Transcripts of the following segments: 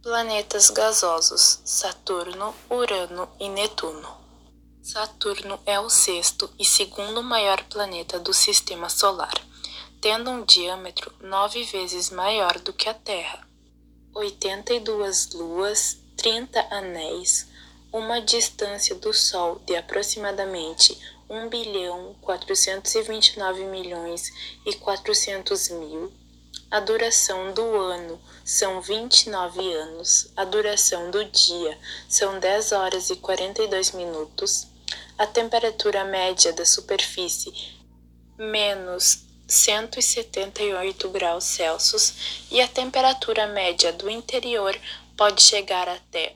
Planetas gasosos: Saturno, Urano e Netuno. Saturno é o sexto e segundo maior planeta do Sistema Solar, tendo um diâmetro 9 vezes maior do que a Terra. 82 luas, 30 anéis, uma distância do Sol de aproximadamente 1.429.400.000. A duração do ano são 29 anos, a duração do dia são 10 horas e 42 minutos, a temperatura média da superfície menos 178 graus Celsius e a temperatura média do interior pode chegar até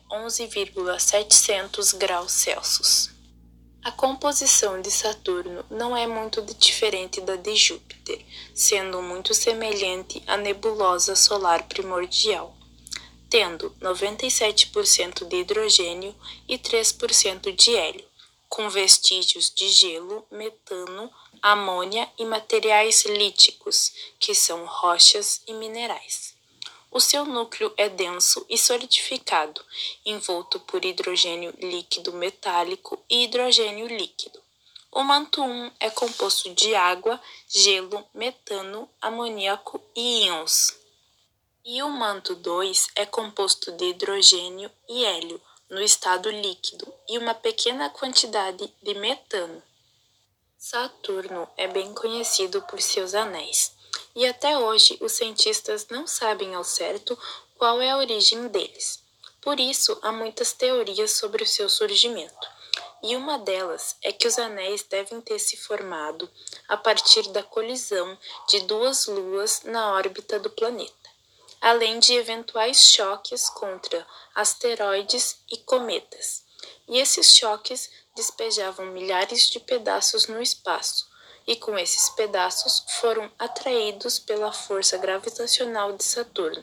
11,700 graus Celsius. A composição de Saturno não é muito diferente da de Júpiter, sendo muito semelhante à nebulosa solar primordial, tendo 97% de hidrogênio e 3% de hélio, com vestígios de gelo, metano, amônia e materiais líticos, que são rochas e minerais. O seu núcleo é denso e solidificado, envolto por hidrogênio líquido metálico e hidrogênio líquido. O manto 1 é composto de água, gelo, metano, amoníaco e íons. E o manto 2 é composto de hidrogênio e hélio, no estado líquido, e uma pequena quantidade de metano. Saturno é bem conhecido por seus anéis, e até hoje os cientistas não sabem ao certo qual é a origem deles. Por isso, há muitas teorias sobre o seu surgimento, e uma delas é que os anéis devem ter se formado a partir da colisão de duas luas na órbita do planeta, além de eventuais choques contra asteroides e cometas. E esses choques despejavam milhares de pedaços no espaço, e com esses pedaços foram atraídos pela força gravitacional de Saturno.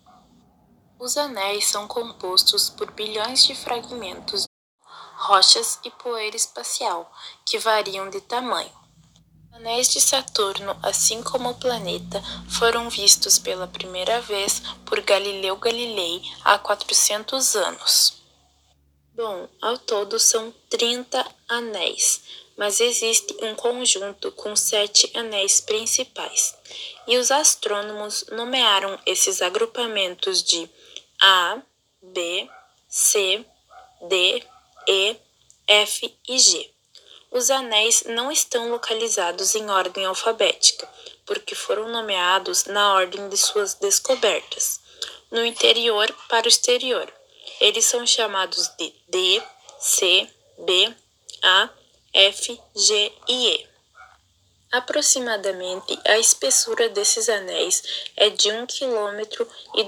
Os anéis são compostos por bilhões de fragmentos de rochas e poeira espacial, que variam de tamanho. Os anéis de Saturno, assim como o planeta, foram vistos pela primeira vez por Galileu Galilei há 400 anos. Bom, ao todo são 30 anéis, mas existe um conjunto com 7 anéis principais, e os astrônomos nomearam esses agrupamentos de A, B, C, D, E, F e G. Os anéis não estão localizados em ordem alfabética, porque foram nomeados na ordem de suas descobertas, no interior para o exterior. Eles são chamados de D, C, B, A, F, G e E. Aproximadamente, a espessura desses anéis é de 1 km e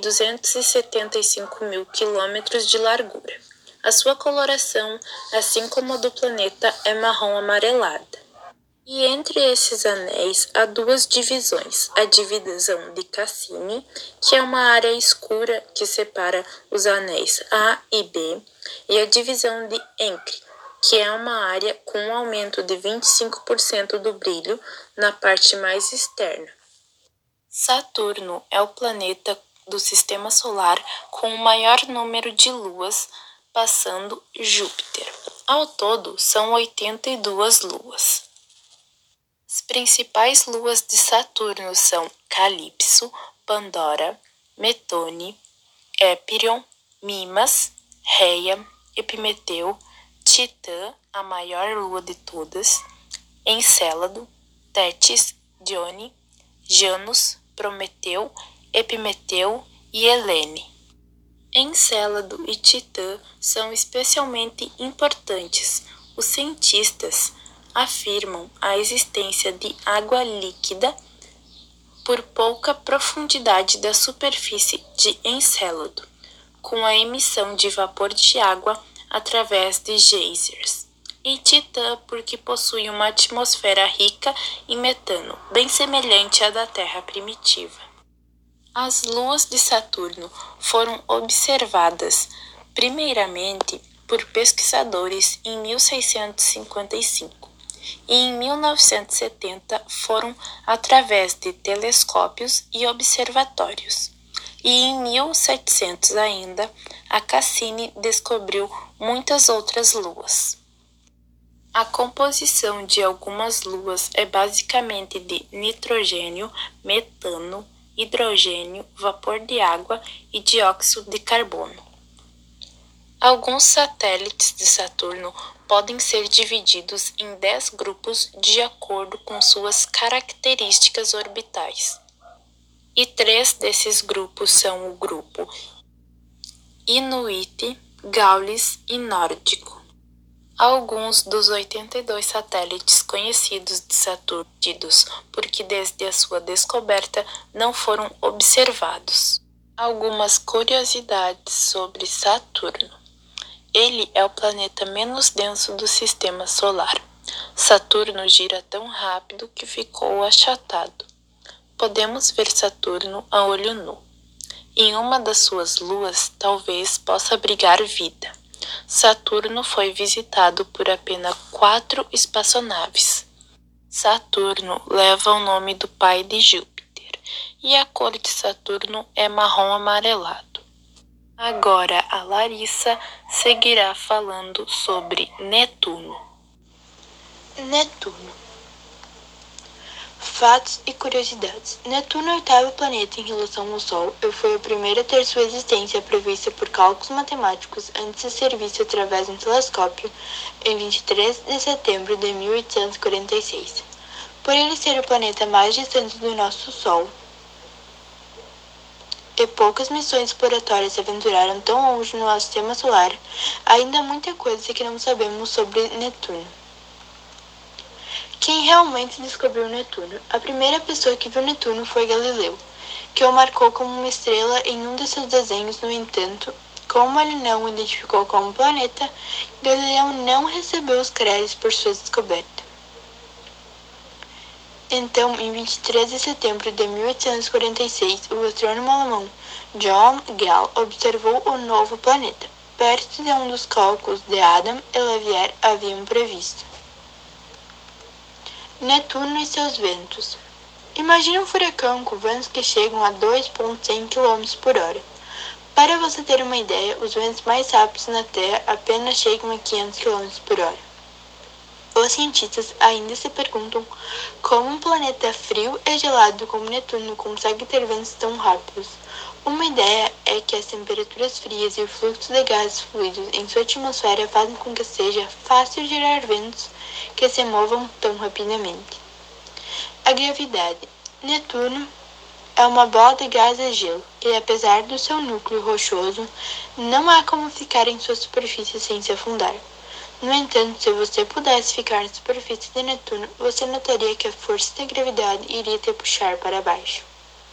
275.000 km de largura. A sua coloração, assim como a do planeta, é marrom amarelada. E entre esses anéis há duas divisões: a divisão de Cassini, que é uma área escura que separa os anéis A e B, e a divisão de Encke, que é uma área com um aumento de 25% do brilho na parte mais externa. Saturno é o planeta do Sistema Solar com o maior número de luas, passando Júpiter. Ao todo, são 82 luas. As principais luas de Saturno são Calipso, Pandora, Metone, Épirion, Mimas, Reia, Epimeteu, Titã, a maior lua de todas, Encélado, Tétis, Dione, Janus, Prometeu, Epimeteu e Helene. Encélado e Titã são especialmente importantes. Os cientistas afirmam a existência de água líquida por pouca profundidade da superfície de Encélado, com a emissão de vapor de água através de geysers, e Titã porque possui uma atmosfera rica em metano, bem semelhante à da Terra primitiva. As luas de Saturno foram observadas primeiramente por pesquisadores em 1655 e em 1970 foram através de telescópios e observatórios. E em 1700 ainda, a Cassini descobriu muitas outras luas. A composição de algumas luas é basicamente de nitrogênio, metano, hidrogênio, vapor de água e dióxido de carbono. Alguns satélites de Saturno podem ser divididos em 10 grupos de acordo com suas características orbitais. E 3 desses grupos são o grupo Inuit, Gaulis e Nórdico. Alguns dos 82 satélites conhecidos de Saturno, porque desde a sua descoberta não foram observados. Algumas curiosidades sobre Saturno. Ele é o planeta menos denso do Sistema Solar. Saturno gira tão rápido que ficou achatado. Podemos ver Saturno a olho nu. Em uma das suas luas, talvez possa abrigar vida. Saturno foi visitado por apenas 4 espaçonaves. Saturno leva o nome do pai de Júpiter, e a cor de Saturno é marrom amarelado. Agora a Larissa seguirá falando sobre Netuno. Netuno. Fatos e curiosidades. Netuno é o 8º planeta em relação ao Sol e foi o primeiro a ter sua existência prevista por cálculos matemáticos antes de ser visto através de um telescópio em 23 de setembro de 1846. Por ele ser o planeta mais distante do nosso Sol, e poucas missões exploratórias se aventuraram tão longe no nosso sistema solar, ainda há muita coisa que não sabemos sobre Netuno. Quem realmente descobriu Netuno? A primeira pessoa que viu Netuno foi Galileu, que o marcou como uma estrela em um de seus desenhos. No entanto, como ele não o identificou como planeta, Galileu não recebeu os créditos por sua descoberta. Então, em 23 de setembro de 1846, o astrônomo alemão John Gall observou o novo planeta, perto de um dos cálculos de Adam e Leverrier haviam previsto. Netuno e seus ventos. Imagine um furacão com ventos que chegam a 2,100 km por hora. Para você ter uma ideia, os ventos mais rápidos na Terra apenas chegam a 500 km por hora. Os cientistas ainda se perguntam como um planeta frio e gelado como Netuno consegue ter ventos tão rápidos. Uma ideia é que as temperaturas frias e o fluxo de gases fluidos em sua atmosfera fazem com que seja fácil gerar ventos que se movam tão rapidamente. A gravidade. Netuno é uma bola de gás e gelo, e apesar do seu núcleo rochoso, não há como ficar em sua superfície sem se afundar. No entanto, se você pudesse ficar na superfície de Netuno, você notaria que a força da gravidade iria te puxar para baixo.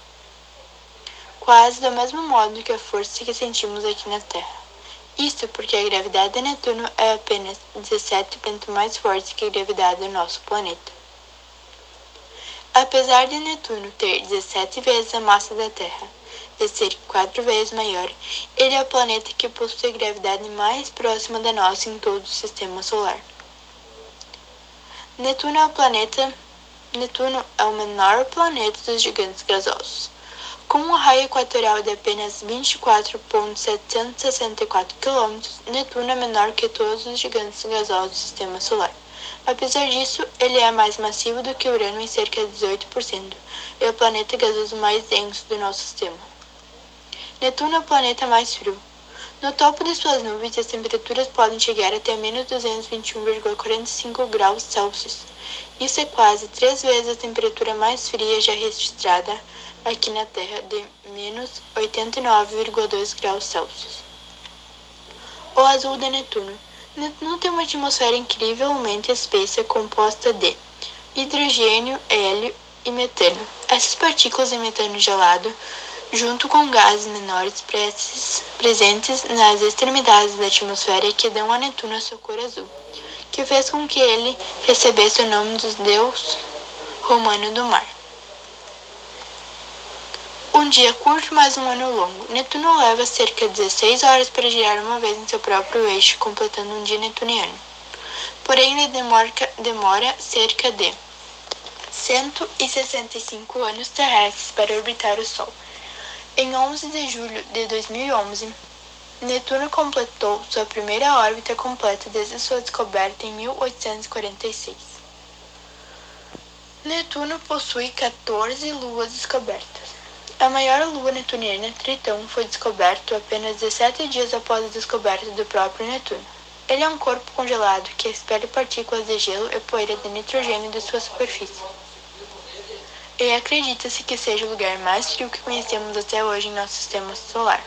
Quase do mesmo modo que a força que sentimos aqui na Terra. Isso porque a gravidade de Netuno é apenas 17 vezes mais forte que a gravidade do nosso planeta. Apesar de Netuno ter 17 vezes a massa da Terra e ser 4 vezes maior, ele é o planeta que possui a gravidade mais próxima da nossa em todo o Sistema Solar. Netuno é o menor planeta dos gigantes gasosos. Com um raio equatorial de apenas 24,764 km, Netuno é menor que todos os gigantes gasosos do Sistema Solar. Apesar disso, ele é mais massivo do que Urano em cerca de 18%, e é o planeta gasoso mais denso do nosso sistema. Netuno é o planeta mais frio. No topo de suas nuvens, as temperaturas podem chegar até menos 221,45 graus Celsius. Isso é quase 3 vezes a temperatura mais fria já registrada aqui na Terra, de menos 89,2 graus Celsius. O azul de Netuno. Netuno tem uma atmosfera incrivelmente espessa composta de hidrogênio, hélio e metano. Essas partículas de metano gelado, junto com gases menores presentes nas extremidades da atmosfera, que dão a Netuno a sua cor azul, que fez com que ele recebesse o nome dos deus romano do mar. Um dia curto, mas um ano longo. Netuno leva cerca de 16 horas para girar uma vez em seu próprio eixo, completando um dia netuniano. Porém, ele demora cerca de 165 anos terrestres para orbitar o Sol. Em 11 de julho de 2011, Netuno completou sua primeira órbita completa desde sua descoberta em 1846. Netuno possui 14 luas descobertas. A maior lua netuniana, Tritão, foi descoberto apenas 17 dias após a descoberta do próprio Netuno. Ele é um corpo congelado que expele partículas de gelo e poeira de nitrogênio de sua superfície. E acredita-se que seja o lugar mais frio que conhecemos até hoje em nosso sistema solar.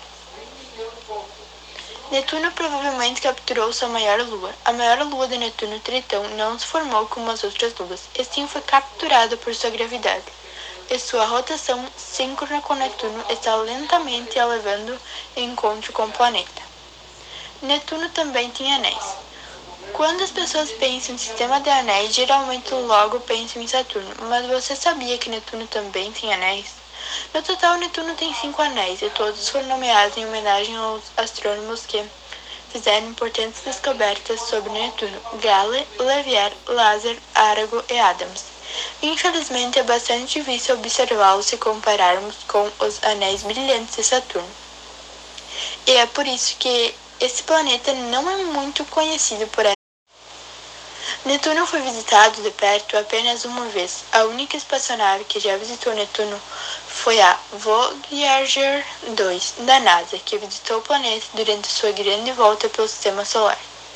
Netuno provavelmente capturou sua maior lua. A maior lua de Netuno, Tritão, não se formou como as outras luas, e sim foi capturada por sua gravidade. E sua rotação síncrona com Netuno está lentamente a levando em encontro com o planeta. Netuno também tem anéis. Quando as pessoas pensam em sistema de anéis, geralmente logo pensam em Saturno, mas você sabia que Netuno também tem anéis? No total, Netuno tem 5 anéis, e todos foram nomeados em homenagem aos astrônomos que fizeram importantes descobertas sobre Netuno: Gale, Levier, Lazar, Arago e Adams. Infelizmente, é bastante difícil observá-los se compararmos com os anéis brilhantes de Saturno. E é por isso que esse planeta não é muito conhecido por essa. Netuno foi visitado de perto apenas uma vez. A única espaçonave que já visitou Netuno foi a Voyager 2 da NASA, que visitou o planeta durante sua grande volta pelo sistema solar.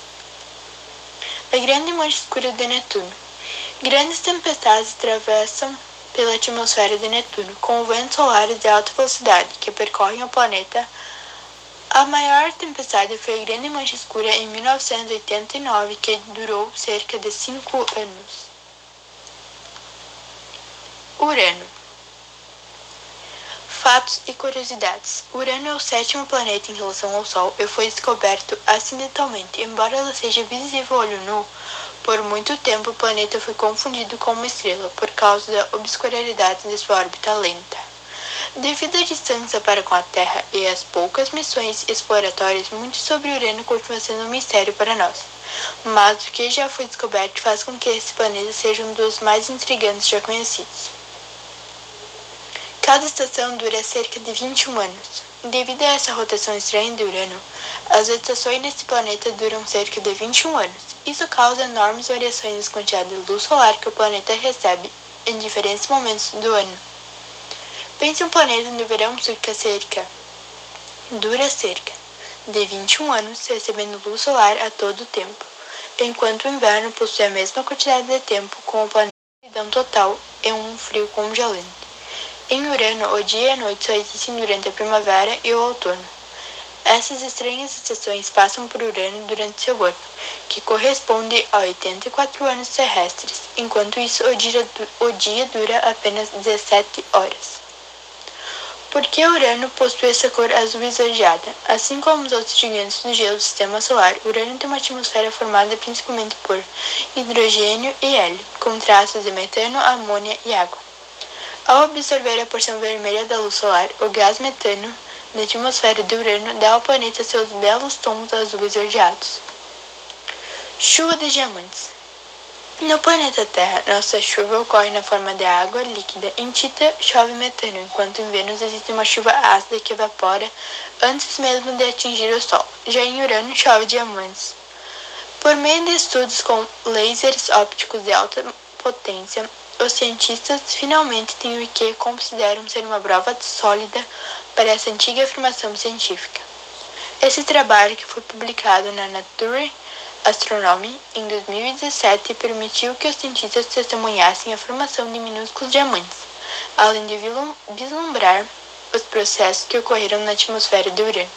A grande mancha escura de Netuno. Grandes tempestades atravessam pela atmosfera de Netuno, com ventos solares de alta velocidade que percorrem o planeta. A maior tempestade foi a Grande Mancha Escura em 1989, que durou cerca de 5 anos. Urano. Fatos e curiosidades. Urano é o 7º planeta em relação ao Sol e foi descoberto acidentalmente. Embora ela seja visível a olho nu, por muito tempo o planeta foi confundido com uma estrela por causa da obscuridade de sua órbita lenta. Devido à distância para com a Terra e às poucas missões exploratórias, muito sobre Urano continua sendo um mistério para nós. Mas o que já foi descoberto faz com que esse planeta seja um dos mais intrigantes já conhecidos. Cada estação dura cerca de 21 anos. Devido a essa rotação estranha de Urano, as estações nesse planeta duram cerca de 21 anos. Isso causa enormes variações nas quantidades de luz solar que o planeta recebe em diferentes momentos do ano. Pense em um planeta onde o verão dura cerca de 21 anos, recebendo luz solar a todo o tempo, enquanto o inverno possui a mesma quantidade de tempo, com o planeta em escuridão total e um frio congelante. Em Urano, o dia e a noite só existem durante a primavera e o outono. Essas estranhas estações passam por Urano durante seu ano, que corresponde a 84 anos terrestres. Enquanto isso, o dia dura apenas 17 horas. Por que Urano possui essa cor azul esverdeada? Assim como os outros gigantes do gelo do sistema solar, Urano tem uma atmosfera formada principalmente por hidrogênio e hélio, com traços de metano, amônia e água. Ao absorver a porção vermelha da luz solar, o gás metano da atmosfera de Urano dá ao planeta seus belos tons azul esverdeados. Chuva de diamantes. No planeta Terra, nossa chuva ocorre na forma de água líquida. Em Tita, chove metano, enquanto em Vênus existe uma chuva ácida que evapora antes mesmo de atingir o Sol. Já em Urano, chove diamantes. Por meio de estudos com lasers ópticos de alta potência, os cientistas finalmente têm o que consideram ser uma prova sólida para essa antiga afirmação científica. Esse trabalho, que foi publicado na Nature Astronomy em 2017, permitiu que os cientistas testemunhassem a formação de minúsculos diamantes, além de vislumbrar os processos que ocorreram na atmosfera de Urano.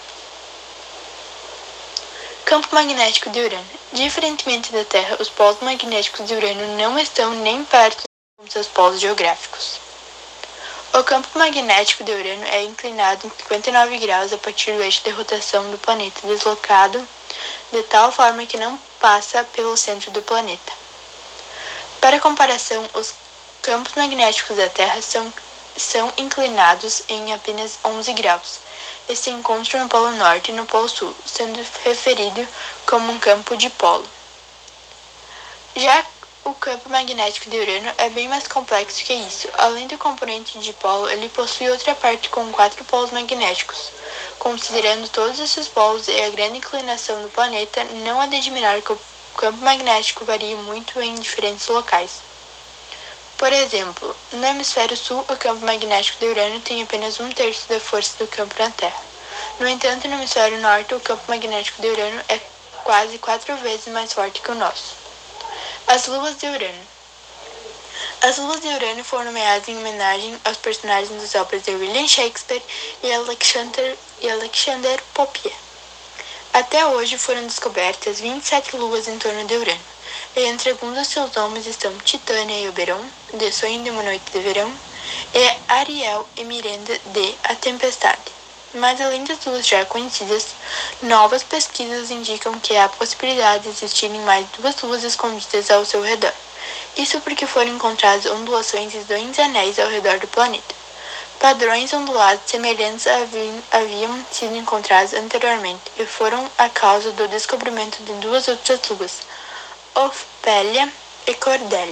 Campo magnético de Urano. Diferentemente da Terra, os polos magnéticos de Urano não estão nem perto de seus polos geográficos. O campo magnético de Urano é inclinado em 59 graus a partir do eixo de rotação do planeta, deslocado de tal forma que não passa pelo centro do planeta. Para comparação, os campos magnéticos da Terra são inclinados em apenas 11 graus e se encontram no Polo Norte e no Polo Sul, sendo referido como um campo dipolo. Já o campo magnético de Urano é bem mais complexo que isso. Além do componente dipolo, ele possui outra parte com 4 polos magnéticos. Considerando todos esses polos e a grande inclinação do planeta, não é de admirar que o campo magnético varie muito em diferentes locais. Por exemplo, no hemisfério sul, o campo magnético de Urano tem apenas 1/3 da força do campo na Terra. No entanto, no hemisfério norte, o campo magnético de Urano é quase 4 vezes mais forte que o nosso. As luas de Urano. As luas de Urano foram nomeadas em homenagem aos personagens das obras de William Shakespeare e Alexander Pope. Até hoje foram descobertas 27 luas em torno de Urano, e entre alguns dos seus nomes estão Titânia e Oberon, de Sonho de uma Noite de Verão, e Ariel e Miranda de A Tempestade. Mas além das luas já conhecidas, novas pesquisas indicam que há a possibilidade de existirem mais 2 luas escondidas ao seu redor. Isso porque foram encontradas ondulações de 2 anéis ao redor do planeta. Padrões ondulados semelhantes haviam sido encontrados anteriormente e foram a causa do descobrimento de 2 outras luas, Ofélia e Cordélia.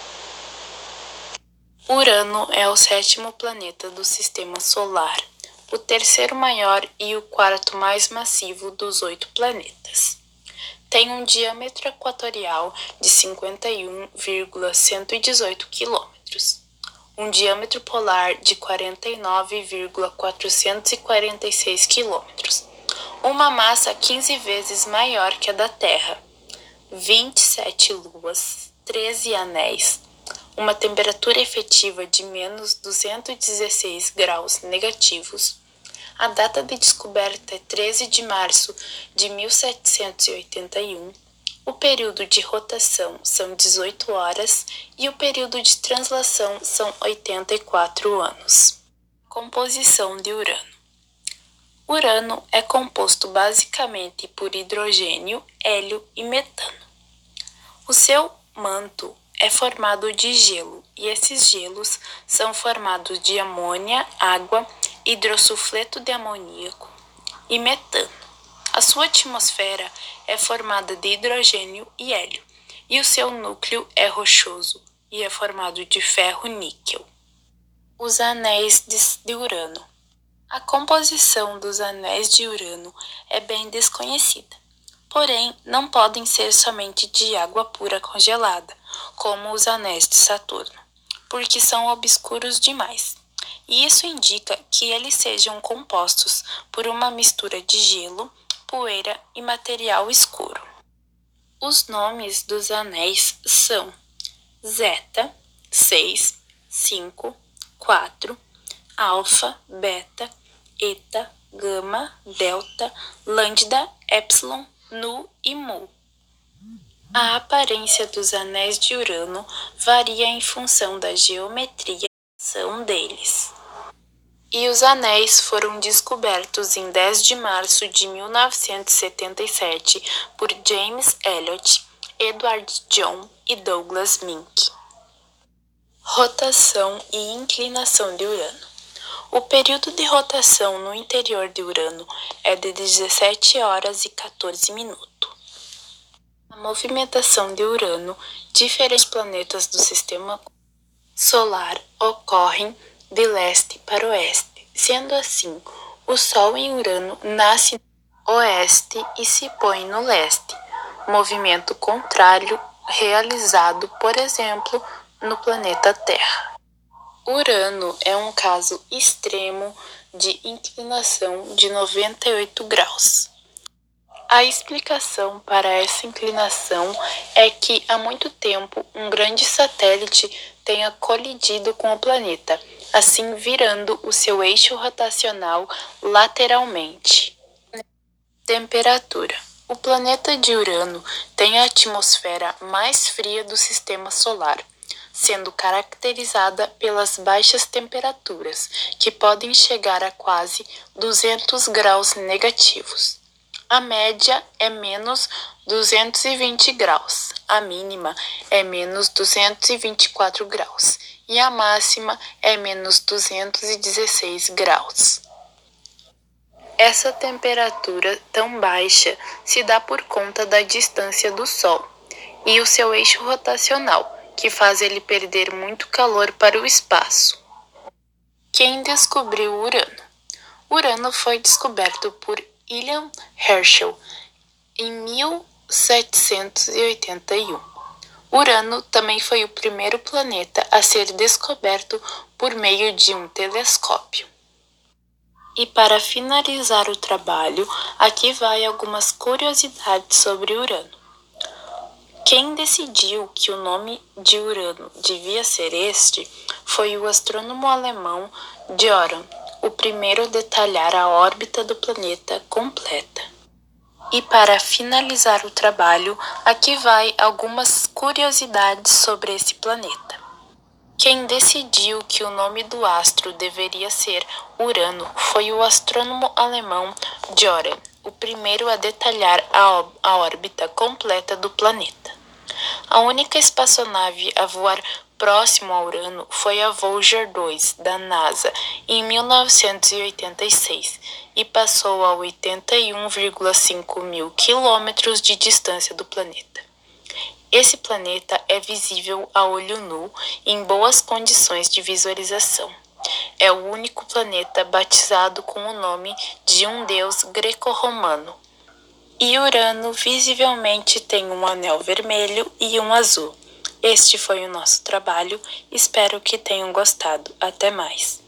Urano é o 7º planeta do Sistema Solar, o 3º maior e o 4º mais massivo dos 8 planetas. Tem um diâmetro equatorial de 51,118 km, um diâmetro polar de 49,446 km, uma massa 15 vezes maior que a da Terra, 27 luas, 13 anéis, uma temperatura efetiva de menos 216 graus negativos. A data de descoberta é 13 de março de 1781. O período de rotação são 18 horas e o período de translação são 84 anos. Composição de Urano. Urano é composto basicamente por hidrogênio, hélio e metano. O seu manto é formado de gelo, e esses gelos são formados de amônia, água, hidrossufleto de amoníaco e metano. A sua atmosfera é formada de hidrogênio e hélio, e o seu núcleo é rochoso e é formado de ferro-níquel. Os anéis de Urano. A composição dos anéis de Urano é bem desconhecida. Porém, não podem ser somente de água pura congelada, como os anéis de Saturno, porque são obscuros demais. E isso indica que eles sejam compostos por uma mistura de gelo, poeira e material escuro. Os nomes dos anéis são Zeta, 6, 5, 4, Alfa, Beta, Eta, Gama, Delta, Lambda, Epsilon, Nu e Mu. A aparência dos anéis de Urano varia em função da geometria deles. E os anéis foram descobertos em 10 de março de 1977 por James Elliott, Edward John e Douglas Mink. Rotação e inclinação de Urano. O período de rotação no interior de Urano é de 17 horas e 14 minutos. A movimentação de Urano, diferentes planetas do Sistema Solar ocorrem de leste para oeste. Sendo assim, o Sol em Urano nasce no oeste e se põe no leste, movimento contrário realizado, por exemplo, no planeta Terra. Urano é um caso extremo de inclinação de 98 graus. A explicação para essa inclinação é que há muito tempo um grande satélite tenha colidido com o planeta, assim virando o seu eixo rotacional lateralmente. Temperatura. O planeta de Urano tem a atmosfera mais fria do Sistema Solar, sendo caracterizada pelas baixas temperaturas, que podem chegar a quase 200 graus negativos. A média é menos 220 graus, a mínima é menos 224 graus e a máxima é menos 216 graus. Essa temperatura tão baixa se dá por conta da distância do Sol, e o seu eixo rotacional, que faz ele perder muito calor para o espaço. Quem descobriu Urano? Urano foi descoberto por William Herschel em 1781. Urano também foi o primeiro planeta a ser descoberto por meio de um telescópio. E para finalizar o trabalho, aqui vai algumas curiosidades sobre Urano. Quem decidiu que o nome de Urano devia ser este foi o astrônomo alemão Johann, o primeiro a detalhar a órbita do planeta completa. E para finalizar o trabalho, aqui vai algumas curiosidades sobre esse planeta. Quem decidiu que o nome do astro deveria ser Urano foi o astrônomo alemão Johann, o primeiro a detalhar a órbita completa do planeta. A única espaçonave a voar próximo a Urano foi a Voyager 2, da NASA, em 1986, e passou a 81,5 mil quilômetros de distância do planeta. Esse planeta é visível a olho nu em boas condições de visualização. É o único planeta batizado com o nome de um deus greco-romano. E Urano visivelmente tem um anel vermelho e um azul. Este foi o nosso trabalho, espero que tenham gostado. Até mais!